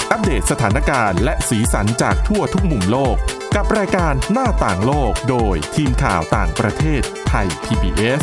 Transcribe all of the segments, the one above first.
อัปเดตสถานการณ์และสีสันจากทั่วทุกมุมโลกกับรายการหน้าต่างโลกโดยทีมข่าวต่างประเทศไทย PBS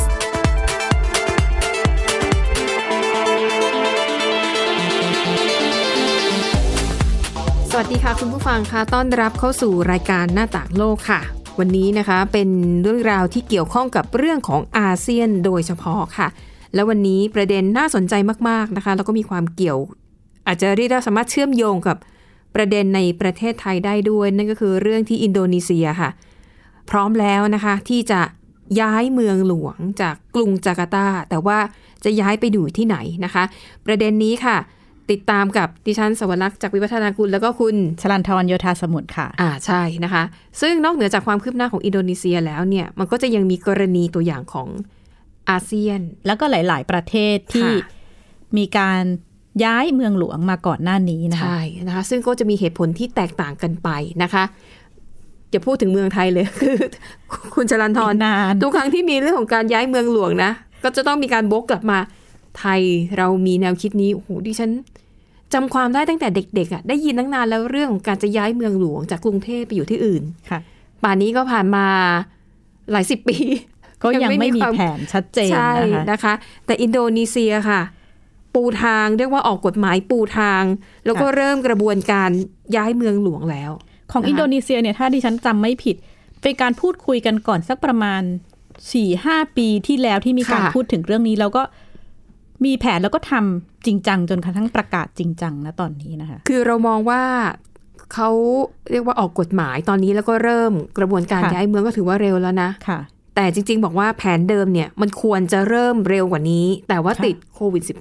สวัสดีค่ะคุณผู้ฟังค่ะต้อนรับเข้าสู่รายการหน้าต่างโลกค่ะวันนี้นะคะเป็นเรื่องราวที่เกี่ยวข้องกับเรื่องของอาเซียนโดยเฉพาะค่ะและวันนี้ประเด็นน่าสนใจมากๆนะคะแล้วก็มีความเกี่ยวอาจจะเรียกได้สามารถเชื่อมโยงกับประเด็นในประเทศไทยได้ด้วยนั่นก็คือเรื่องที่อินโดนีเซียค่ะพร้อมแล้วนะคะที่จะย้ายเมืองหลวงจากกรุงจาการ์ตาแต่ว่าจะย้ายไปอยู่ที่ไหนนะคะประเด็นนี้ค่ะติดตามกับดิฉันสวรักษ์จากวิวัฒนากุลแล้วก็คุณชลันทรโยธาสมุทรค่ะใช่นะคะซึ่งนอกเหนือจากความคืบหน้าของอินโดนีเซียแล้วเนี่ยมันก็จะยังมีกรณีตัวอย่างของอาเซียนแล้วก็หลายๆประเทศที่มีการย้ายเมืองหลวงมาก่อนหน้านี้นะคะใช่นะคะซึ่งก็จะมีเหตุผลที่แตกต่างกันไปนะคะจะพูดถึงเมืองไทยเลยคือคุณชลันทรทุกครั้งที่มีเรื่องของการย้ายเมืองหลวงนะก็จะต้องมีการโบกกลับมาไทยเรามีแนวคิดนี้โอ้โหดิฉันจำความได้ตั้งแต่เด็กๆได้ยินตั้งนานแล้วเรื่องของการจะย้ายเมืองหลวงจากกรุงเทพไปอยู่ที่อื่นค่ะป่านนี้ก็ผ่านมาหลายสิบปีก็ยังไม่มีแผนชัดเจนนะคะแต่อินโดนีเซียค่ะปูทางเรียกว่าออกกฎหมายปูทางแล้วก็เริ่มกระบวนการย้ายเมืองหลวงแล้วของอินโดนีเซียเนี่ยถ้าดิฉันจำไม่ผิดเป็นการพูดคุยกันก่อนสักประมาณ 4-5 ปีที่แล้วที่มีการพูดถึงเรื่องนี้แล้วก็มีแผนแล้วก็ทำจริงจังจนกระทั่งประกาศจริงจังนะตอนนี้นะคะคือเรามองว่าเขาเรียกว่าออกกฎหมายตอนนี้แล้วก็เริ่มกระบวนการย้ายเมืองก็ถือว่าเร็วแล้วนะค่ะแต่จริงๆบอกว่าแผนเดิมเนี่ยมันควรจะเริ่มเร็วกว่านี้แต่ว่าติดโควิด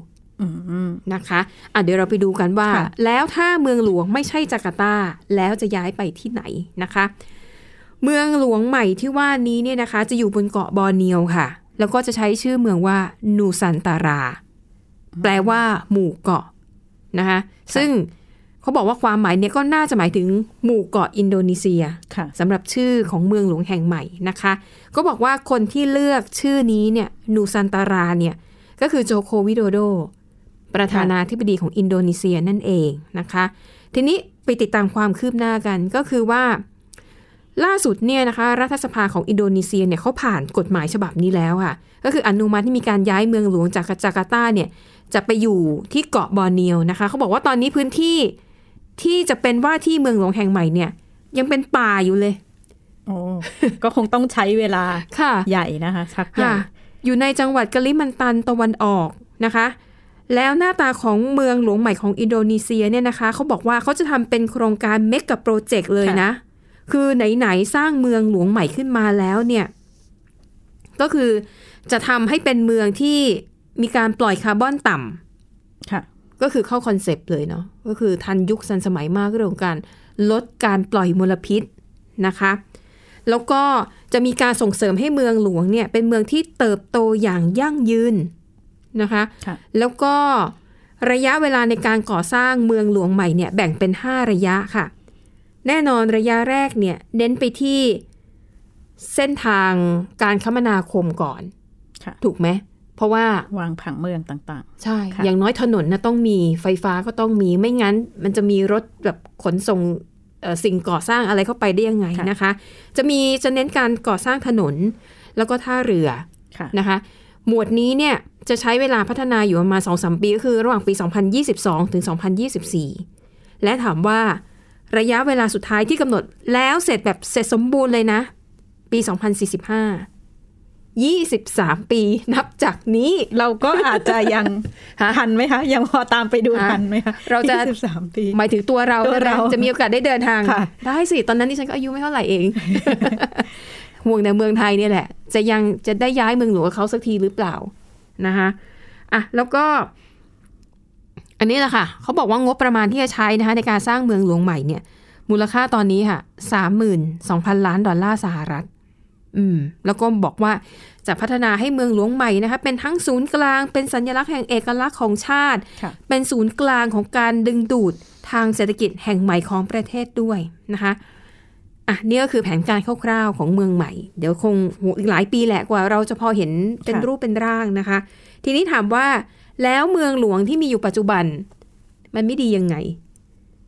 -19 นะคะเดี๋ยวเราไปดูกันว่าแล้วถ้าเมืองหลวงไม่ใช่จาการ์ตาแล้วจะย้ายไปที่ไหนนะคะเมืองหลวงใหม่ที่ว่านี้เนี่ยนะคะจะอยู่บนเกาะบอร์เนียวค่ะแล้วก็จะใช้ชื่อเมืองว่านูซันตาราแปลว่าหมู่เกาะนะคะซึ่งเขาบอกว่าความหมายเนี่ยก็น่าจะหมายถึงหมู่เกาะอินโดนีเซียสำหรับชื่อของเมืองหลวงแห่งใหม่นะคะก็บอกว่าคนที่เลือกชื่อนี้เนี่ยนูซันตาราเนี่ยก็คือโจโควิโดโดประธานาธิบดีของอินโดนีเซียนั่นเองนะคะทีนี้ไปติดตามความคืบหน้ากันก็คือว่าล่าสุดเนี่ยนะคะรัฐสภาของอินโดนีเซียเนี่ยเขาผ่านกฎหมายฉบับนี้แล้วค่ะก็คืออนุมัติให้มีการย้ายเมืองหลวงจากจาการ์ตาเนี่ยจะไปอยู่ที่เกาะบอร์เนียวนะคะเขาบอกว่าตอนนี้พื้นที่ที่จะเป็นว่าที่เมืองหลวงแห่งใหม่เนี่ยยังเป็นป่าอยู่เลยโอ้ก็คงต้องใช้เวลาใหญ่นะคะชักใหญ่อยู่ในจังหวัดกะลิมันตันตะวันออกนะคะแล้วหน้าตาของเมืองหลวงใหม่ของอินโดนีเซียเนี่ยนะคะเขาบอกว่าเขาจะทำเป็นโครงการเมกะโปรเจกต์เลยนะคือไหนๆสร้างเมืองหลวงใหม่ขึ้นมาแล้วเนี่ยก็คือจะทำให้เป็นเมืองที่มีการปล่อยคาร์บอนต่ำค่ะก็คือเข้าคอนเซปต์เลยเนาะก็คือทันยุคทันสมัยมากเรื่องของการลดการปล่อยมลพิษนะคะแล้วก็จะมีการส่งเสริมให้เมืองหลวงเนี่ยเป็นเมืองที่เติบโตอย่างยั่งยืนนะคะแล้วก็ระยะเวลาในการก่อสร้างเมืองหลวงใหม่เนี่ยแบ่งเป็น5ระยะค่ะแน่นอนระยะแรกเนี่ยเน้นไปที่เส้นทางการคมนาคมก่อนถูกไหมเพราะว่าวางผังเมืองต่างๆใช่อย่างน้อยถนนนะต้องมีไฟฟ้าก็ต้องมีไม่งั้นมันจะมีรถแบบขนส่งสิ่งก่อสร้างอะไรเข้าไปได้ยังไงนะคะจะเน้นการก่อสร้างถนนแล้วก็ท่าเรือนะคะหมวดนี้เนี่ยจะใช้เวลาพัฒนาอยู่ประมาณ 2-3 ปีก็คือระหว่างปี2022ถึง2024และถามว่าระยะเวลาสุดท้ายที่กำหนดแล้วเสร็จแบบเสร็จสมบูรณ์เลยนะปี2045 23 ปีนับจากนี้เราก็อาจจะยังทันไหมคะยังพอตามไปดูทันไหมคะเราจะ23 ปีหมายถึงตัวเราจะมีโอกาสได้เดินทางได้สิตอนนั้นดิฉันก็อายุไม่เท่าไหร่เอง ห่วงในเมืองไทยเนี่ยแหละจะได้ย้ายเมืองหลวงกับเขาสักทีหรือเปล่านะคะแล้วก็อันนี้แหละค่ะเขาบอกว่างบประมาณที่จะใช้นะคะในการสร้างเมืองหลวงใหม่เนี่ยมูลค่าตอนนี้ค่ะ 32,000 ล้านดอลลาร์สหรัฐแล้วก็บอกว่าจะพัฒนาให้เมืองหลวงใหม่นะคะเป็นทั้งศูนย์กลางเป็นสัญลักษณ์แห่งเอกลักษณ์ของชาติเป็นศูนย์กลางของการดึงดูดทางเศรษฐกิจแห่งใหม่ของประเทศด้วยนะคะนี่ก็คือแผนการคร่าวๆของเมืองใหม่เดี๋ยวคงอีกหลายปีแหละกว่าเราจะพอเห็นเป็นรูปเป็นร่างนะคะทีนี้ถามว่าแล้วเมืองหลวงที่มีอยู่ปัจจุบันมันไม่ดียังไง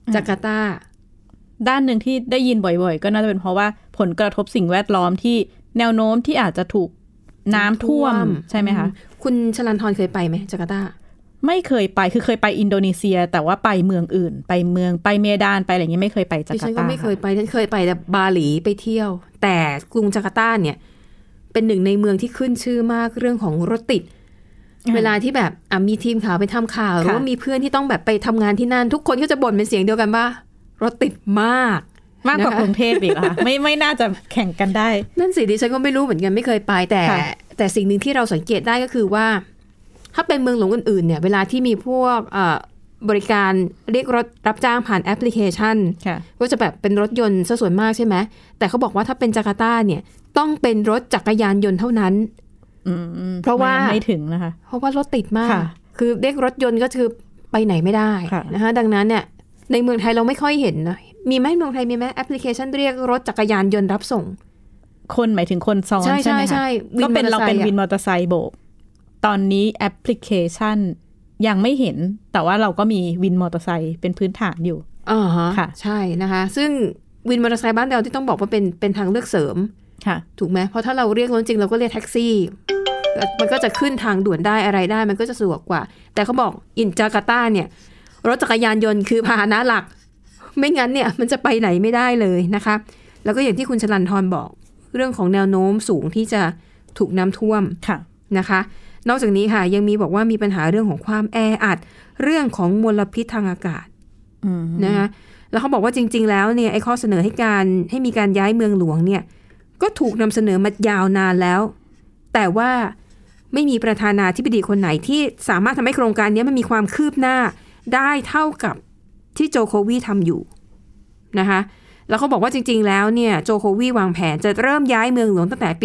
จาการ์ตาด้านหนึ่งที่ได้ยินบ่อยๆก็น่าจะเป็นเพราะว่าผลกระทบสิ่งแวดล้อมที่แนวโน้มที่อาจจะถูกน้ำท่วมใช่ไหมคะคุณชลันทรเคยไปไหมจาการ์ตาไม่เคยไปคือเคยไปอินโดนีเซียแต่ว่าไปเมืองอื่นไปเมดานไปอะไรอย่างนี้ไม่เคยไปจาการ์ตาฉันก็ไม่เคยไปฉันเคยไปแต่บาหลีไปเที่ยวแต่กรุงจาการ์ตาเนี่ยเป็นหนึ่งในเมืองที่ขึ้นชื่อมากเรื่องของรถติดเวลาที่แบบมีทีมข่าวไปทำข่าวหรือว่ามีเพื่อนที่ต้องแบบไปทำงานที่นั่นทุกคนก็จะบ่นเป็นเสียงเดียวกันว่ารถติดมากกว่ากรุงเทพอีกค่ะไม่น่าจะแข่งกันได้นั่นสิดิฉันก็ไม่รู้เหมือนกันไม่เคยไปแต่สิ่งหนึ่งที่เราสังเกตได้ก็คือว่าถ้าเป็นเมืองหลวงอื่นๆเนี่ยเวลาที่มีพวกบริการเรียกรถรับจ้างผ่านแอปพลิเคชันก็จะแบบเป็นรถยนต์ซะส่วนมากใช่ไหมแต่เขาบอกว่าถ้าเป็นจาการ์ตาเนี่ยต้องเป็นรถจักรยานยนต์เท่านั้นเพราะว่าไม่ถึงนะคะเพราะว่ารถติดมากคือเรียกรถยนต์ก็คือไปไหนไม่ได้นะคะดังนั้นเนี่ยในเมืองไทยเราไม่ค่อยเห็นนะมีไหมเมืองไทยมีไหมแอปพลิเคชันเรียกรถจักรยานยนต์รับส่งคนหมายถึงคนซ้อนใช่ไหมคะก็เป็นเราเป็นวินมอเตอร์ไซค์โบกตอนนี้แอปพลิเคชันยังไม่เห็นแต่ว่าเราก็มีวินมอเตอร์ไซค์เป็นพื้นฐานอยู่ค่ะใช่นะคะซึ่งวินมอเตอร์ไซค์บ้านเราที่ต้องบอกว่าเป็นทางเลือกเสริมถูกไหมเพราะถ้าเราเรียกรถจริงเราก็เรียกแท็กซี่มันก็จะขึ้นทางด่วนได้อะไรได้มันก็จะสะดวกกว่าแต่เขาบอกอินจาการ์ตาเนี่ยรถจักรยานยนต์คือพาหนะหลักไม่งั้นเนี่ยมันจะไปไหนไม่ได้เลยนะคะแล้วก็อย่างที่คุณชลันทรบอกเรื่องของแนวโน้มสูงที่จะถูกน้ำท่วมนะคะนอกจากนี้ค่ะยังมีบอกว่ามีปัญหาเรื่องของความแออัดเรื่องของมลพิษทางอากาศนะคะแล้วเขาบอกว่าจริงๆแล้วเนี่ยไอ้ข้อเสนอให้มีการย้ายเมืองหลวงเนี่ยก็ถูกนำเสนอมายาวนานแล้วแต่ว่าไม่มีประธานาธิบดีคนไหนที่สามารถทำให้โครงการนี้มันมีความคืบหน้าได้เท่ากับที่โจโควีทำอยู่นะคะแล้วเขาบอกว่าจริงๆแล้วเนี่ยโจโควีวางแผนจะเริ่มย้ายเมืองหลวงตั้งแต่ปี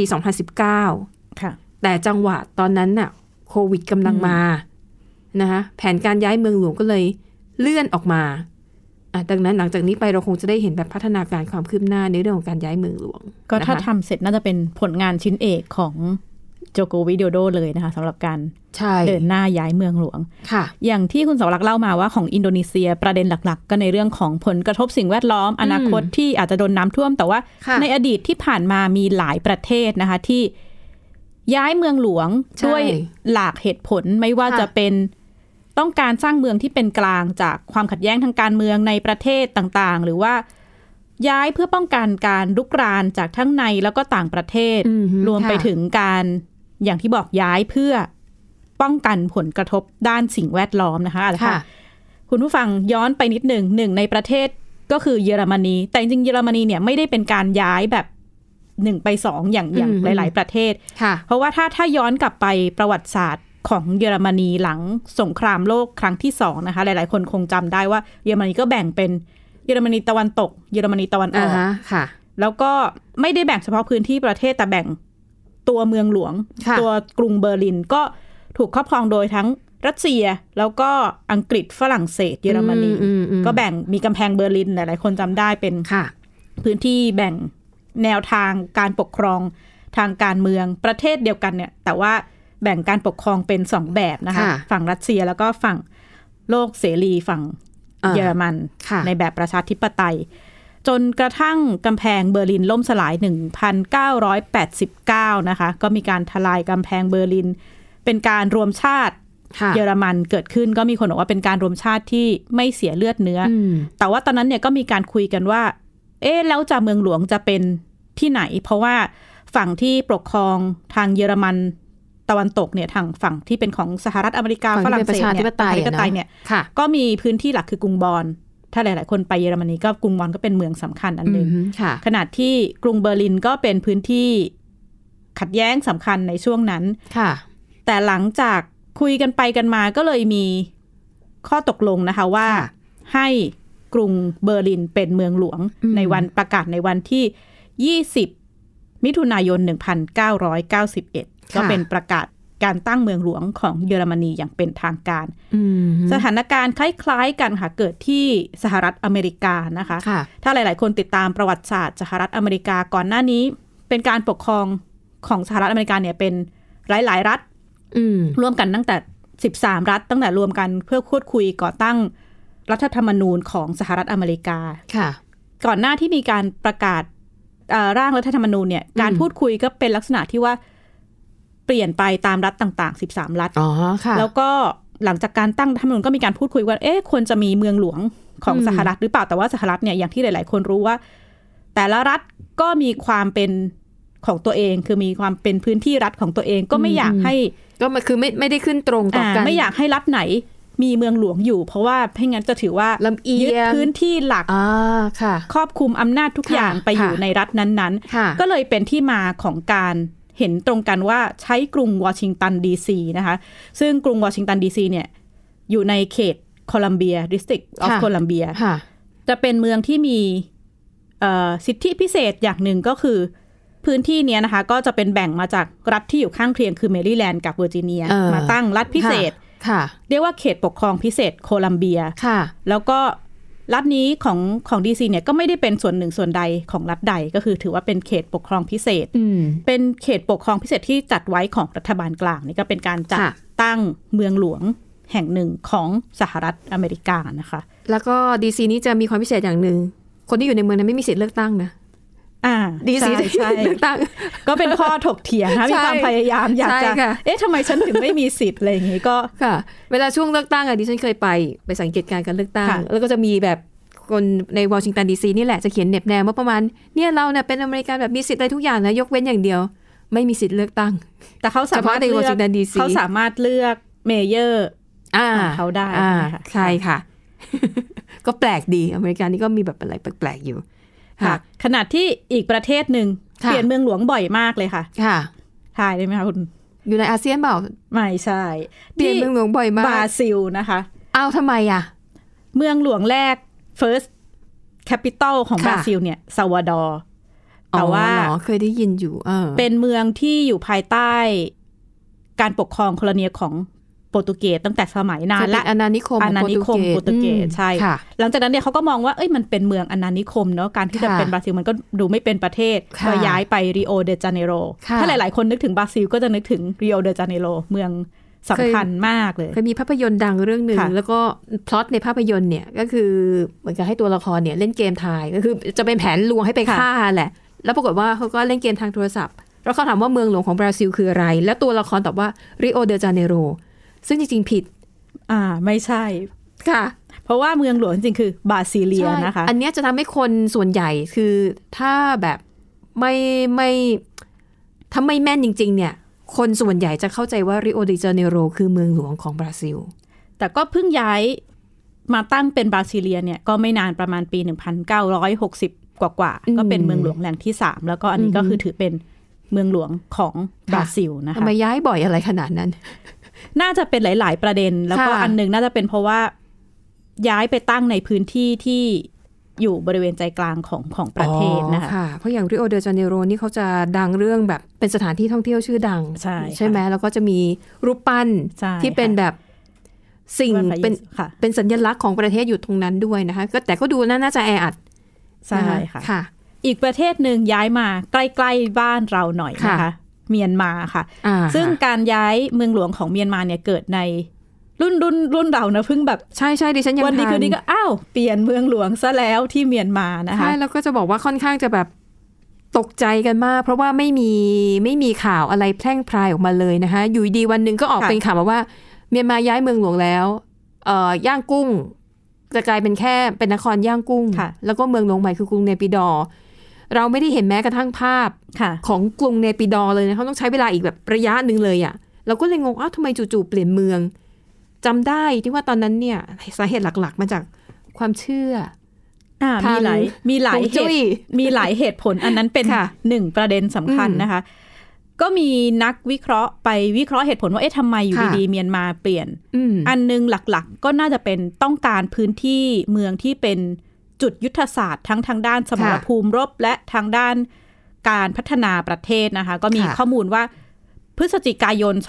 2019 ค่ะแต่จังหวะตอนนั้นน่ะโควิดกำลังมานะคะแผนการย้ายเมืองหลวงก็เลยเลื่อนออกมาดังนั้นหลังจากนี้ไปเราคงจะได้เห็นแบบพัฒนาการความคืบหน้าในเรื่องของการย้ายเมืองหลวงก็ถ้าทำเสร็จน่าจะเป็นผลงานชิ้นเอกของโจโควิโดโดเลยนะคะสำหรับการเดินหน้าย้ายเมืองหลวงอย่างที่คุณเสาวรักษ์เล่ามาว่าของอินโดนีเซียประเด็นหลักๆก็ในเรื่องของผลกระทบสิ่งแวดล้อมอนาคตที่อาจจะโดนน้ำท่วมแต่ว่าในอดีตที่ผ่านมามีหลายประเทศนะคะที่ย้ายเมืองหลวงด้วยหลากเหตุผลไม่ว่าจะเป็นต้องการสร้างเมืองที่เป็นกลางจากความขัดแย้งทางการเมืองในประเทศต่างๆหรือว่าย้ายเพื่อป้องกันการรุกรานจากทั้งในแล้วก็ต่างประเทศรวมไปถึงการอย่างที่บอกย้ายเพื่อป้องกันผลกระทบด้านสิ่งแวดล้อมนะคะคุณผู้ฟังย้อนไปนิดหนึ่งในประเทศก็คือเยอรมนีแต่จริงๆเยอรมนีเนี่ยไม่ได้เป็นการย้ายแบบ1 ไป 2อย่างหลายๆประเทศเพราะว่าถ้าย้อนกลับไปประวัติศาสตร์ของเยอรมนีหลังสงครามโลกครั้งที่2นะคะหลายๆคนคงจำได้ว่าเยอรมนีก็แบ่งเป็นเยอรมนีตะวันตกเยอรมนีตะวันออกแล้วก็ไม่ได้แบ่งเฉพาะพื้นที่ประเทศแต่แบ่งตัวเมืองหลวงตัวกรุงเบอร์ลินก็ถูกครอบครองโดยทั้งรัสเซียแล้วก็อังกฤษฝรั่งเศสเยอรมนีก็แบ่งมีกำแพงเบอร์ลินหลายๆคนจำได้เป็นพื้นที่แบ่งแนวทางการปกครองทางการเมืองประเทศเดียวกันเนี่ยแต่ว่าแบ่งการปกครองเป็น2แบบนะคะฝั่งรัสเซียแล้วก็ฝั่งโลกเสรีฝั่งเยอรมันในแบบประชาธิปไตยจนกระทั่งกำแพงเบอร์ลินล่มสลาย 1989 นะคะก็มีการทลายกำแพงเบอร์ลินเป็นการรวมชาติเยอรมันเกิดขึ้นก็มีคนบอกว่าเป็นการรวมชาติที่ไม่เสียเลือดเนื้อแต่ว่าตอนนั้นเนี่ยก็มีการคุยกันว่าแล้วจะเมืองหลวงจะเป็นที่ไหนเพราะว่าฝั่งที่ปกครองทางเยอรมันตะวันตกเนี่ยทางฝั่งที่เป็นของสหรัฐอเมริกาฝรั่งเศสเนี่ยประชาธิปไตยเนี่ยก็มีพื้นที่หลักคือกรุงบอนถ้าหลายๆคนไปเยอรมนีก็กรุงบอนก็เป็นเมืองสำคัญอันหนึ่งขณะที่กรุงเบอร์ลินก็เป็นพื้นที่ขัดแย้งสำคัญในช่วงนั้นแต่หลังจากคุยกันไปกันมาก็เลยมีข้อตกลงนะคะว่าให้กรุงเบอร์ลินเป็นเมืองหลวงในวันประกาศในวันที่20 มิถุนายน 1991ก็เป็นประกาศการตั้งเมืองหลวงของเยอรมนีอย่างเป็นทางการสถานการณ์คล้ายๆกันค่ะเกิดที่สหรัฐอเมริกานะคะถ้าหลายๆคนติดตามประวัติศาสตร์สหรัฐอเมริกาก่อนหน้านี้เป็นการปกครองของสหรัฐอเมริกาเนี่ยเป็นหลายๆรัฐร่วมกันตั้งแต่13รัฐตั้งแต่รวมกันเพื่อพูดคุยก่อตั้งรัฐธรรมนูญของสหรัฐอเมริกาค่ะก่อนหน้าที่มีการประกาศร่างรัฐธรรมนูญเนี่ยการพูดคุยก็เป็นลักษณะที่ว่าเปลี่ยนไปตามรัฐต่างๆ13รัฐแล้วก็หลังจากการตั้งรัฐธรรมนูญก็มีการพูดคุยว่าควรจะมีเมืองหลวงของสหรัฐหรือเปล่าแต่ว่าสหรัฐเนี่ยอย่างที่หลายๆคนรู้ว่าแต่ละรัฐก็มีความเป็นของตัวเองคือมีความเป็นพื้นที่รัฐของตัวเองก็ไม่อยากให้ก็มันคือไม่ได้ขึ้นตรงต่อกันไม่อยากให้รัฐไหนมีเมืองหลวงอยู่เพราะว่าไม่งั้นจะถือว่ายึดพื้นที่หลักครอบคลุมอำนาจทุกอย่างไปอยู่ในรัฐนั้นๆก็เลยเป็นที่มาของการเห็นตรงกันว่าใช้กรุงวอชิงตันดีซีนะคะซึ่งกรุงวอชิงตันดีซีเนี่ยอยู่ในเขตโคลัมเบีย District of Columbia จะเป็นเมืองที่มีสิทธิพิเศษอย่างหนึ่งก็คือพื้นที่นี้นะคะก็จะเป็นแบ่งมาจากรัฐที่อยู่ข้างเคียงคือแมริแลนด์กับเวอร์จิเนียมาตั้งรัฐพิเศษเรียกว่าเขตปกครองพิเศษโคลัมเบียแล้วก็รัฐนี้ของดีซีเนี่ยก็ไม่ได้เป็นส่วนหนึ่งส่วนใดของรัฐใดก็คือถือว่าเป็นเขตปกครองพิเศษเป็นเขตปกครองพิเศษที่จัดไว้ของรัฐบาลกลางนี่ก็เป็นการจัดตั้งเมืองหลวงแห่งหนึ่งของสหรัฐอเมริกานะคะแล้วก็ดีซีนี้จะมีความพิเศษอย่างหนึ่งคนที่อยู่ในเมืองนั้นไม่มีสิทธิ์เลือกตั้งนะดีซีใช่ก็เป็นข้อถกเถียงนะมีความพยายามอยากจะทำไมฉันถึงไม่มีสิทธิ์อะไรอย่างงี้ก็ค่ะเวลาช่วงเลือกตั้งดิฉันเคยไปสังเกตการเลือกตั้งแล้วก็จะมีแบบคนในวอชิงตันดีซีนี่แหละจะเขียนเน็บแนมว่าประมาณเนี่ยเราเนี่ยเป็นอเมริกันแบบมีสิทธิ์อะไรทุกอย่างนะยกเว้นอย่างเดียวไม่มีสิทธิ์เลือกตั้งแต่เขาสามารถเลือกเขาสามารถเลือกเมเยอร์เขาได้ใช่ค่ะก็แปลกดีอเมริกันนี่ก็มีแบบอะไรแปลกๆอยู่ค่ะขณะที่อีกประเทศหนึ่งเปลี่ยนเมืองหลวงบ่อยมากเลยค่ะค่ะทายได้ไหมคะคุณอยู่ในอาเซียนเปล่าไม่ใช่เปลี่ยนเมืองหลวงบ่อยมากบราซิลนะคะอ้าวทำไมอ่ะเมืองหลวงแรก first capital ของบราซิลเนี่ยซาวาดอร์แต่ว่าเคยได้ยินอยู่เป็นเมืองที่อยู่ภายใต้การปกครองโคโลเนียของโปรตุเกสตั้งแต่สมัยนานและอาณานิคมโปรตุเกสใช่หลังจากนั้นเนี่ยเขาก็มองว่ามันเป็นเมืองอาณานิคมเนาะการที่จะเป็นบราซิลมันก็ดูไม่เป็นประเทศก็ย้ายไปริโอเดจาเนโรถ้าหลายๆคนนึกถึงบราซิลก็จะนึกถึงริโอเดจาเนโรเมืองสำคัญมากเลยเคยมีภาพยนตร์ดังเรื่องหนึ่งแล้วก็พล็อตในภาพยนตร์เนี่ยก็คือเหมือนกับให้ตัวละครเนี่ยเล่นเกมทายก็คือจะเป็นแผนลวงให้ไปฆ่าแหละแล้วปรากฏว่าเขาก็เล่นเกมทางโทรศัพท์แล้วเขาถามว่าเมืองหลวงของบราซิลคืออะไรแล้วตัวละครตอบว่าริโอเดจาเนโรซึ่งจริงๆผิดไม่ใช่ค่ะเพราะว่าเมืองหลวงจริงๆคือบราซิเลียนะคะอันนี้จะทำให้คนส่วนใหญ่คือถ้าแบบไม่ถ้าไม่แม่นจริงๆเนี่ยคนส่วนใหญ่จะเข้าใจว่าริโอเดจาเนโรคือเมืองหลวงของบราซิลแต่ก็เพิ่งย้ายมาตั้งเป็นบราซิเลียเนี่ยก็ไม่นานประมาณปี1960กว่าก็เป็นเมืองหลวงแหล่งที่3แล้วก็อันนี้ก็คือถือเป็นเมืองหลวงของบราซิลนะคะทำไมย้ายบ่อยอะไรขนาดนั้นน่าจะเป็นหลายๆประเด็นแล้วก็อันนึงน่าจะเป็นเพราะว่าย้ายไปตั้งในพื้นที่ที่อยู่บริเวณใจกลางของประเทศนะคะเพราะอย่างริโอเดจาเนโรนี่เขาจะดังเรื่องแบบเป็นสถานที่ท่องเที่ยวชื่อดังใช่ไหมแล้วก็จะมีรูปปั้นที่เป็นแบบสิ่งเป็นสัญลักษณ์ของประเทศอยู่ตรงนั้นด้วยนะคะแต่ก็ดูน่าจะแออัดใช่ค่ะอีกประเทศหนึ่งย้ายมาใกล้ๆบ้านเราหน่อยนะคะเมียนมาค่ะซึ่งการย้ายเมืองหลวงของเมียนมาเนี่ยเกิดในรุ่นเรานะเพิ่งแบบใช่ดิฉันยังวันดีคืนนี้ก็เปลี่ยนเมืองหลวงซะแล้วที่เมียนมานะคะใช่แล้วก็จะบอกว่าค่อนข้างจะแบบตกใจกันมากเพราะว่าไม่มีข่าวอะไรแพร่งพรายออกมาเลยนะคะอยู่ดีวันนึงก็ออกเป็นข่าวมาว่าเมียนมาย้ายเมืองหลวงแล้วย่างกุ้งจะกลายเป็นแค่เป็นนครย่างกุ้งแล้วก็เมืองหลวงใหม่คือกรุงเนปิดอร์เราไม่ได้เห็นแม้กระทั่งภาพของกรุงเนปิดอร์เลยนะเขาต้องใช้เวลาอีกแบบระยะนึงเลยอ่ะเราก็เลยงงทำไมจู่ๆเปลี่ยนเมืองจำได้ที่ว่าตอนนั้นเนี่ยสาเหตุหลักๆมาจากความเชื่อมีหลายเหตุผลอันนั้นเป็นหนึ่งประเด็นสำคัญนะคะก็มีนักวิเคราะห์ไปวิเคราะห์เหตุผลว่าทำไมอยู่ดีๆเมียนมาเปลี่ยนอันนึงหลักๆก็น่าจะเป็นต้องการพื้นที่เมืองที่เป็นจุดยุทธศาสตร์ทั้งทางด้านสมรภูมิรบและทางด้านการพัฒนาประเทศนะคะก็มีข้อมูลว่าพฤศจิกายน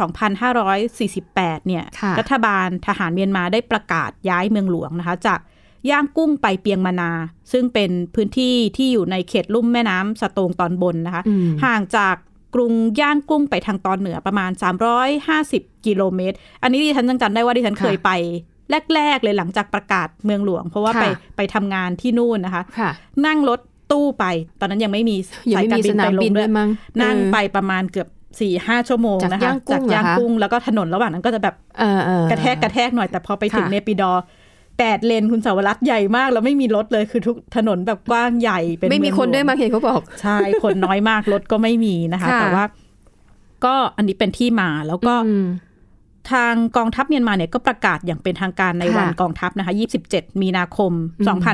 2548 เนี่ยรัฐบาลทหารเมียนมาได้ประกาศย้ายเมืองหลวงนะคะจากย่างกุ้งไปเปียงมานาซึ่งเป็นพื้นที่ที่อยู่ในเขตลุ่มแม่น้ำสะโตงตอนบนนะคะห่างจากกรุงย่างกุ้งไปทางตอนเหนือประมาณ350กิโลเมตรอันนี้ดิฉันจำได้ว่าดิฉันเคยไปแรกๆเลยหลังจากประกาศเมืองหลวงเพราะว่าไปทำงานที่นู่นนะคะนั่งรถตู้ไปตอนนั้นยังไม่มีสายการบินไปลงด้วยนั่งไปประมาณเกือบ 4-5 ชั่วโมงนะคะจากย่างกุ้งแล้วก็ถนนระหว่างนั้นก็จะแบบกระแทกหน่อยแต่พอไปถึงเนปิดอร์8 เลนคุณสาวรัตน์ใหญ่มากแล้วไม่มีรถเลยคือทุกถนนแบบกว้างใหญ่เป็นไม่มีคนด้วยมาเห็นเขาบอกใช่คนน้อยมากรถก็ไม่มีนะคะแต่ว่าก็อันนี้เป็นที่มาแล้วก็ทางกองทัพเมียนมาเนี่ยก็ประกาศอย่างเป็นทางการในวันกองทัพนะคะ27 มีนาคม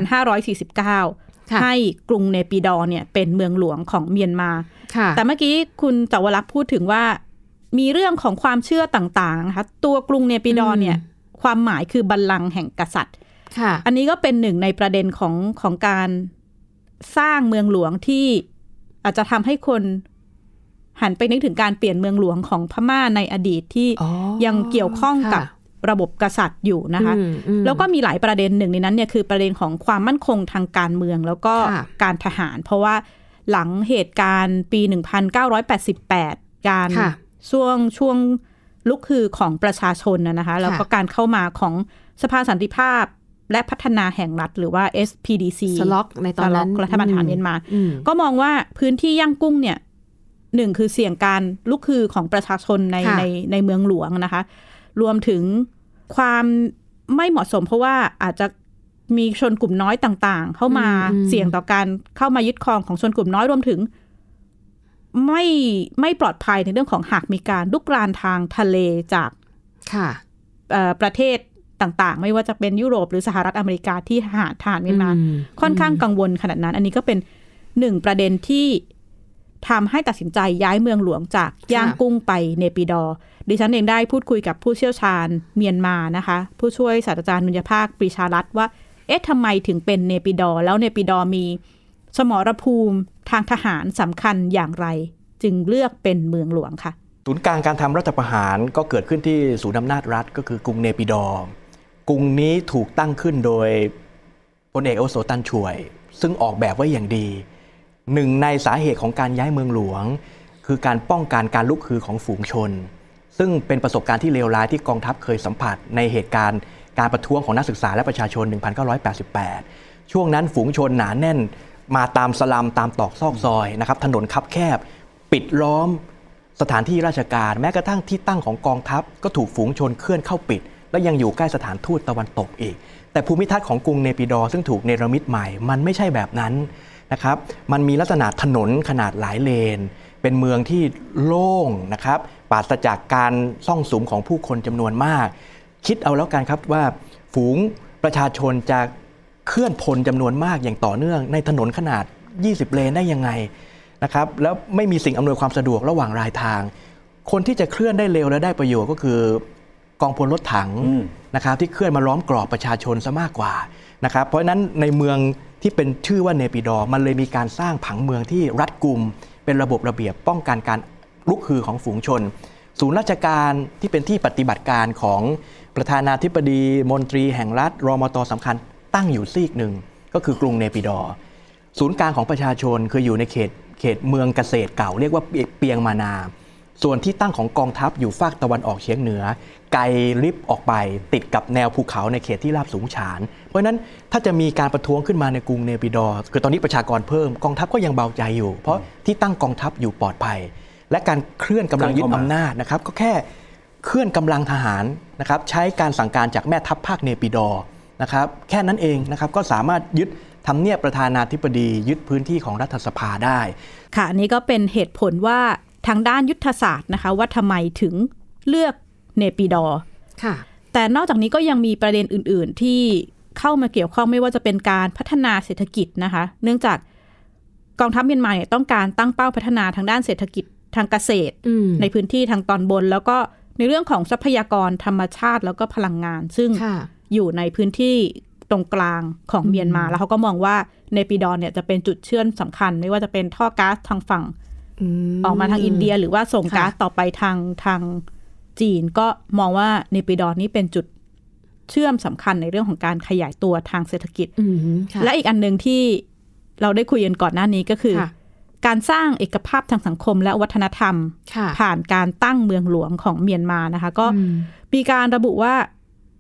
2549ให้กรุงเนปิดอร์เนี่ยเป็นเมืองหลวงของเมียนมาแต่เมื่อกี้คุณสาวรัตน์พูดถึงว่ามีเรื่องของความเชื่อต่างๆนะคะตัวกรุงเนปิดอร์เนี่ยความหมายคือบัลลังก์แห่งกษัตริย์อันนี้ก็เป็นหนึ่งในประเด็นของการสร้างเมืองหลวงที่อาจจะทำให้คนหันไปนึกถึงการเปลี่ยนเมืองหลวงของพม่าในอดีตที่ยังเกี่ยวข้องกับระบบกษัตริย์อยู่นะคะแล้วก็มีหลายประเด็นหนึ่งในนั้นเนี่ยคือประเด็นของความมั่นคงทางการเมืองแล้วก็การทหารเพราะว่าหลังเหตุการณ์ปี 1988 การช่วงลุกฮือของประชาชนนะคะแล้วก็การเข้ามาของสภาสันติภาพและพัฒนาแห่งรัฐหรือว่า SPDC สล็อกในตอนนั้นรัฐบาลทหารเมียนมาก็มองว่าพื้นที่ย่างกุ้งเนี่ยหนึ่งคือเสี่ยงการลุกฮือของประชาชนในเมืองหลวงนะคะรวมถึงความไม่เหมาะสมเพราะว่าอาจจะมีชนกลุ่มน้อยต่างๆเข้ามาเสี่ยงต่อการเข้ามายึดครองของชนกลุ่มน้อยรวมถึงไม่ปลอดภัยในเรื่องของหากมีการลุกรานทางทะเลจากประเทศต่างๆไม่ว่าจะเป็นยุโรปหรือสหรัฐอเมริกาที่ทหารเมียนมาค่อนข้างกังวลขนาดนั้นอันนี้ก็เป็นหนึ่งประเด็นที่ทำให้ตัดสินใจย้ายเมืองหลวงจากย่างกุ้งไปเนปิดอร์ดิฉันเองได้พูดคุยกับผู้เชี่ยวชาญเมียนมานะคะผู้ช่วยศาสตราจารย์นุญภาคปรีชารัตน์ว่าทำไมถึงเป็นเนปิดอร์แล้วเนปิดอร์มีสมรภูมิทางทหารสำคัญอย่างไรจึงเลือกเป็นเมืองหลวงค่ะศูนย์กลางการทำรัฐประหารก็เกิดขึ้นที่ศูนย์อำนาจรัฐก็คือกรุงเนปิดอร์กรุงนี้ถูกตั้งขึ้นโดยพลเอกอาวุโสตันช่วยซึ่งออกแบบไว้อย่างดีหนึ่งในสาเหตุของการย้ายเมืองหลวงคือการป้องกันการลุกฮือของฝูงชนซึ่งเป็นประสบการณ์ที่เลวร้ายที่กองทัพเคยสัมผัสในเหตุการณ์การประท้วงของนักศึกษาและประชาชน 1988 ช่วงนั้นฝูงชนหนาแน่นมาตามสลัมตามตอกซอกซอยนะครับถนนคับแคบปิดล้อมสถานที่ราชการแม้กระทั่งที่ตั้งของกองทัพก็ถูกฝูงชนเคลื่อนเข้าปิดและยังอยู่ใกล้สถานทูตตะวันตกอีกแต่ภูมิทัศน์ของกรุงเนปิดอร์ซึ่งถูกเนรมิตใหม่มันไม่ใช่แบบนั้นนะครับมันมีลักษณะถนนขนาดหลายเลนเป็นเมืองที่โล่งนะครับปราศจากการซ่องสุมของผู้คนจำนวนมากคิดเอาแล้วกันครับว่าฝูงประชาชนจะเคลื่อนพลจำนวนมากอย่างต่อเนื่องในถนนขนาด20 เลนได้ยังไงนะครับแล้วไม่มีสิ่งอำนวยความสะดวกระหว่างรายทางคนที่จะเคลื่อนได้เร็วและได้ประโยชน์ก็คือกองพลรถถังนะครับที่เคลื่อนมาล้อมกรอบประชาชนซะมากกว่านะครับเพราะฉะนั้นในเมืองที่เป็นชื่อว่าเนปิดอร์มันเลยมีการสร้างผังเมืองที่รัดกุมเป็นระบบระเบียบป้องกันการลุกฮือของฝูงชนศูนย์ราชการที่เป็นที่ปฏิบัติการของประธานาธิบดีมนตรีแห่งรัฐรมต.สำคัญตั้งอยู่ซีกหนึ่งก็คือกรุงเนปิดอร์ศูนย์กลางของประชาชนคืออยู่ในเขตเมืองเกษตรเก่าเรียกว่าเปียงมานาส่วนที่ตั้งของกองทัพอยู่ฝากตะวันออกเฉียงเหนือไกลลิบออกไปติดกับแนวภูเขาในเขตที่ราบสูงฉานเพราะฉะนั้นถ้าจะมีการประท้วงขึ้นมาในกรุงเนปิดอร์คือตอนนี้ประชากรเพิ่มกองทัพก็ยังเบาใจอยู่เพราะที่ตั้งกองทัพอยู่ปลอดภัยและการเคลื่อนกำลังยึดอำนาจนะครับก็แค่เคลื่อนกำลังทหารนะครับใช้การสั่งการจากแม่ทัพภาคเนปิดอร์นะครับแค่นั้นเองนะครับก็สามารถยึดทำเนียบประธานาธิบดียึดพื้นที่ของรัฐสภาได้ค่ะอันนี้ก็เป็นเหตุผลว่าทางด้านยุทธศาสตร์นะคะว่าทำไมถึงเลือกเนปิดอร์ค่ะแต่นอกจากนี้ก็ยังมีประเด็นอื่นๆที่เข้ามาเกี่ยวข้องไม่ว่าจะเป็นการพัฒนาเศรษฐกิจนะคะเนื่องจากกองทัพเมียนมาเนี่ยต้องการตั้งเป้าพัฒนาทางด้านเศรษฐกิจทางเกษตรในพื้นที่ทางตอนบนแล้วก็ในเรื่องของทรัพยากรธรรมชาติแล้วก็พลังงานซึ่งอยู่ในพื้นที่ตรงกลางของเมียนมาแล้วเขาก็มองว่าเนปิดอร์เนี่ยจะเป็นจุดเชื่อมสำคัญไม่ว่าจะเป็นท่อก๊าซทางฝั่งออกมาทางอินเดียหรือว่าส่งก๊าซต่อไปทางจีนก็มองว่าเนปิดอร์นี้เป็นจุดเชื่อมสำคัญในเรื่องของการขยายตัวทางเศรษฐกิจและอีกอันนึงที่เราได้คุยกันก่อนหน้านี้ก็คือการสร้างเอกภาพทางสังคมและวัฒนธรรมผ่านการตั้งเมืองหลวงของเมียนมานะคะก็มีการระบุว่า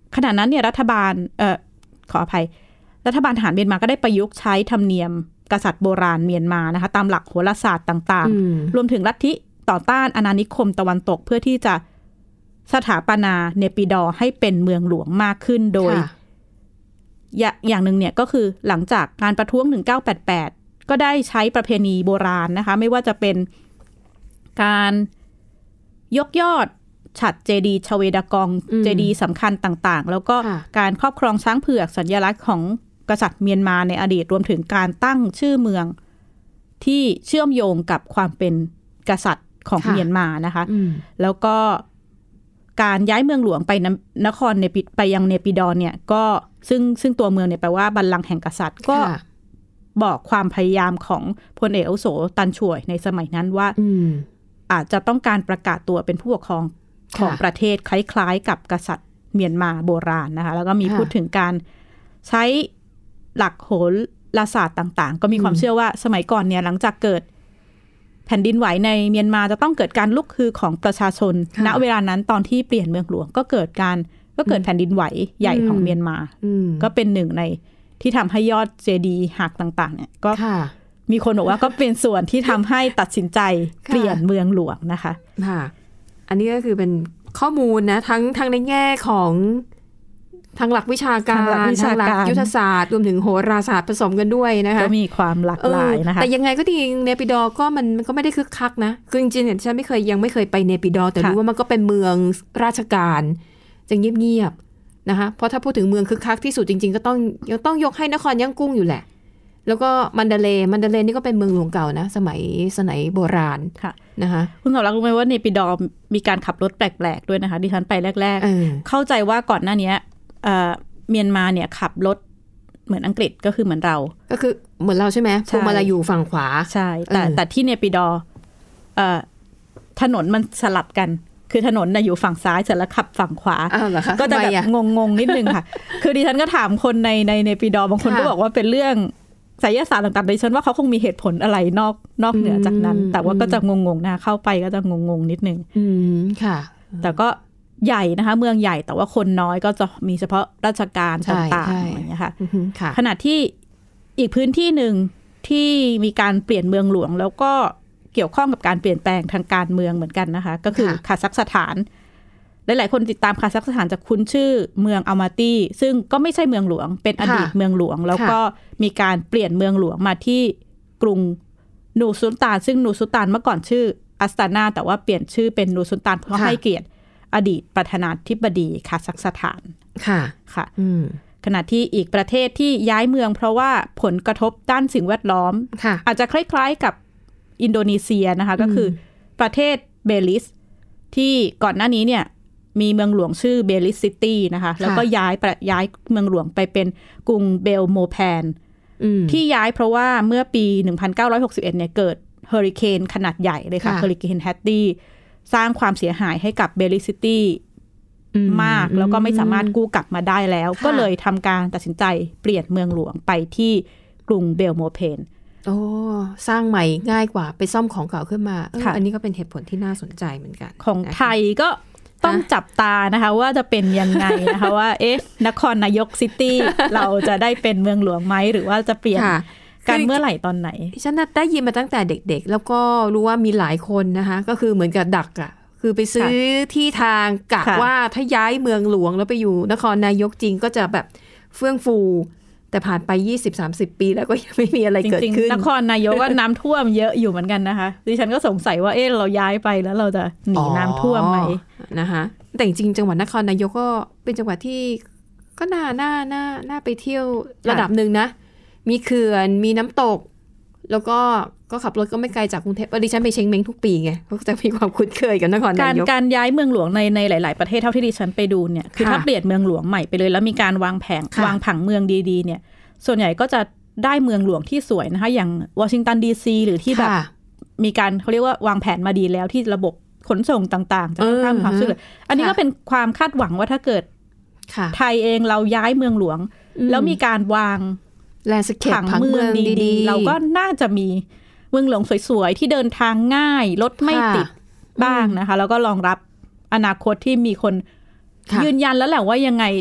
ขณะนั้นเนี่ยรัฐบาลขออภัยรัฐบาลทหารเมียนมาก็ได้ประยุกต์ใช้ธรรมเนียมกษัตริย์โบราณเมียนมานะคะตามหลักโหราศาสตร์ต่างๆรวมถึงลัทธิต่อต้านอาณานิคมตะวันตกเพื่อที่จะสถาปนาเนปิดอร์ให้เป็นเมืองหลวงมากขึ้นโดยอย่างหนึ่งเนี่ยก็คือหลังจากการประท้วง1988ก็ได้ใช้ประเพณีโบราณนะคะไม่ว่าจะเป็นการยกยอดฉัตรเจดีย์ชเวดากองเจดีย์สำคัญต่างๆแล้วก็การครอบครองช้างเผือกสัญลักษณ์ของกษัตริย์เมียนมาในอดีตรวมถึงการตั้งชื่อเมืองที่เชื่อมโยงกับความเป็นกษัตริย์ของเมียนมานะคะแล้วก็การย้ายเมืองหลวงไปนครไปยังเนปิดอร์เนี่ยก็ซึ่งตัวเมืองเนี่ยแปลว่าบัลลังก์แห่งกษัตริย์ก็บอกความพยายามของพลเอกอาวุโสตันช่วยในสมัยนั้นว่าอาจจะต้องการประกาศตัวเป็นผู้ปกครองของประเทศคล้ายๆกับกษัตริย์เมียนมาโบราณนะคะแล้วก็มีพูดถึงการใช้หลักโหราศาสตร์ต่างๆก็มีความเชื่อว่าสมัยก่อนเนี่ยหลังจากเกิดแผ่นดินไหวในเมียนมาจะต้องเกิดการลุกฮือของประชาชนณเวลานั้นตอนที่เปลี่ยนเมืองหลวงก็เกิดแผ่นดินไหวใหญ่ของเมียนมาก็เป็นหนึ่งในที่ทำให้ยอดเจดีย์หักต่างๆเนี่ยก็มีคนบอกว่าก็เป็นส่วนที่ทำให้ตัดสินใจเปลี่ยนเมืองหลวงนะคะค่ะอันนี้ก็คือเป็นข้อมูลนะทั้งในแง่ของทางหลักวิชาการทางหลักยุทธศาสตร์รวมถึงโหราศาสตร์ผสมกันด้วยนะคะก็มีความหลากหลายนะคะแต่ยังไงก็ดีเนปิดอร์ก็มันก็ไม่ได้คึกคักนะคือจริงๆเนี่ยฉันยังไม่เคยไปเนปิดอร์แต่รู้ว่ามันก็เป็นเมืองราชการจะเงียบๆนะคะเพราะถ้าพูดถึงเมืองคึกคักที่สุดจริงๆก็ต้องยกให้นครย่างกุ้งอยู่แหละแล้วก็มันดาเลนี่ก็เป็นเมืองหลวงเก่านะสมัยโบราณนะคะคุณสาวรักรู้ไหมว่าเนปิดอร์มีการขับรถแปลกๆด้วยนะคะดิฉันไปแรกๆเข้าใจว่าก่อนหน้านี้เมียนมาเนี่ยขับรถเหมือนอังกฤษก็คือเหมือนเราก็คือเหมือนเราใช่ไหมพวงมาลัยอยู่ฝั่งขวาใช่แต่ที่เนปิดอร์ถนนมันสลับกันคือถนนอยู่ฝั่งซ้ายเสร็จแล้วขับฝั่งขวาก็จะแบบงงนิดนึงค่ะคือดิฉันก็ถามคนในเนปิดอร์บางคนก็บอกว่าเป็นเรื่องไสยศาสตร์ต่างๆดิฉันว่าเขาคงมีเหตุผลอะไรนอกเหนือจากนั้นแต่ว่าก็จะงงๆนะเข้าไปก็จะงงนิดนึงค่ะแต่ก็ใหญ่นะคะเมืองใหญ่แต่ว่าคนน้อยก็จะมีเฉพาะราชการต่างๆอย่างเงี้ยค่ะขณะที่อีกพื้นที่หนึ่งที่มีการเปลี่ยนเมืองหลวงแล้วก็เกี่ยวข้องกับการเปลี่ยนแปลงทางการเมืองเหมือนกันนะคะก็คือคาซัคสถานหลายๆคนติดตามคาซัคสถานจะคุ้นชื่อเมืองอัลมาตี้ซึ่งก็ไม่ใช่เมืองหลวงเป็นอดีตเมืองหลวงแล้วก็มีการเปลี่ยนเมืองหลวงมาที่กรุงนูซุลตานซึ่งนูซุลตานเมื่อก่อนชื่ออัสตานาแต่ว่าเปลี่ยนชื่อเป็นนูซุลตานเพื่อให้เกียรติอดีตประธานาธิบดีคาซัคสถานค่ะขณะที่อีกประเทศที่ย้ายเมืองเพราะว่าผลกระทบด้านสิ่งแวดล้อมอาจจะคล้ายๆกับอินโดนีเซียนะคะก็คือประเทศเบลิสที่ก่อนหน้านี้เนี่ยมีเมืองหลวงชื่อเบลิสซิตี้นะคะแล้วก็ย้ายเมืองหลวงไปเป็นกรุงเบลโมแพนที่ย้ายเพราะว่าเมื่อปี 1961 เนี่ยเกิดเฮอริเคนขนาดใหญ่เลยค่ะเฮอริเคนแฮตตี้สร้างความเสียหายให้กับเบลิสซิตี้มากแล้วก็ไม่สามารถกู้กลับมาได้แล้วก็เลยทำการตัดสินใจเปลี่ยนเมืองหลวงไปที่กรุงเบลโมเพนโอ้สร้างใหม่ง่ายกว่าไปซ่อมของเก่าขึ้นมาอันนี้ก็เป็นเหตุผลที่น่าสนใจเหมือนกันของไทยก็ต้องจับตานะคะว่าจะเป็นยังไงนะคะว่านครนายกซิตี้เราจะได้เป็นเมืองหลวงไหมหรือว่าจะเปลี่ยนกันเมื่อไหร่ตอนไหนฉันได้ยินมาตั้งแต่เด็กๆแล้วก็รู้ว่ามีหลายคนนะคะก็คือเหมือนกับดักอ่ะคือไปซื้อที่ทางกะว่าถ้าย้ายเมืองหลวงแล้วไปอยู่นครนายกจริงก็จะแบบเฟื่องฟูแต่ผ่านไป 20-30 ปีแล้วก็ยังไม่มีอะไรเกิดขึ้นนครนายกก็น้ำท่วมเยอะอยู่เหมือนกันนะคะดิฉันก็สงสัยว่าเราย้ายไปแล้วเราจะหนีน้ำท่วมไหมนะคะแต่จริงจังหวัดนครนายกก็เป็นจังหวัดที่ก็น่าไปเที่ยวระดับหนึ่งนะมีเขื่อนมีน้ำตกแล้วก็ขับรถก็ไม่ไกลจากกรุงเทพดิฉันไปเชียงเม้งทุกปีไงก็จะมีความคุ้นเคยกับนครนายกการย้ายเมืองหลวงในหลายๆประเทศเท่าที่ดิฉันไปดูเนี่ยคือถ้าเปลี่ยนเมืองหลวงใหม่ไปเลยแล้วมีการวางผังเมืองดีๆเนี่ยส่วนใหญ่ก็จะได้เมืองหลวงที่สวยนะคะอย่างวอชิงตันดีซีหรือที่แบบมีการเขาเรียกว่าวางแผนมาดีแล้วที่ระบบขนส่งต่างๆจะค่อนข้างความช่วยเหลืออันนี้ก็เป็นความคาดหวังว่าถ้าเกิดไทยเองเราย้ายเมืองหลวงแล้วมีการวางผังเมืองดีๆเราก็น่าจะมีเมืองหลวงสวยๆที่เดินทางง่ายรถไม่ติดบ้างนะคะแล้วก็รองรับอนาคตที่มีคนยืนยันแล้วแหละว่ายังไง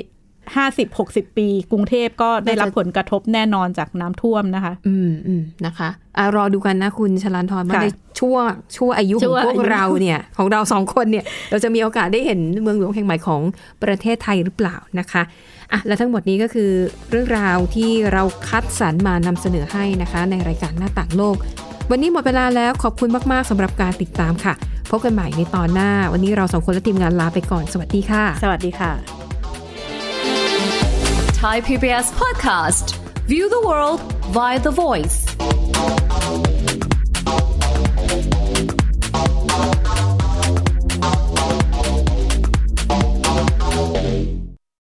50-60 ปีกรุงเทพก็ได้รับผลกระทบแน่นอนจากน้ำท่วมนะคะนะคะรอดูกันนะคุณชลันทรว่าในช่วงอายุของพวกเราเนี่ยของเรา2คนเนี่ยเราจะมีโอกาสได้เห็นเมืองหลวงแห่งใหม่ของประเทศไทยหรือเปล่านะคะและทั้งหมดนี้ก็คือเรื่องราวที่เราคัดสรรมานำเสนอให้นะคะในรายการหน้าต่างโลกวันนี้หมดเวลาแล้วขอบคุณมากๆสำหรับการติดตามค่ะพบกันใหม่ในตอนหน้าวันนี้เรา2คนและทีมงานลาไปก่อนสวัสดีค่ะสวัสดีค่ะ Thai PBS podcast View the world via the voice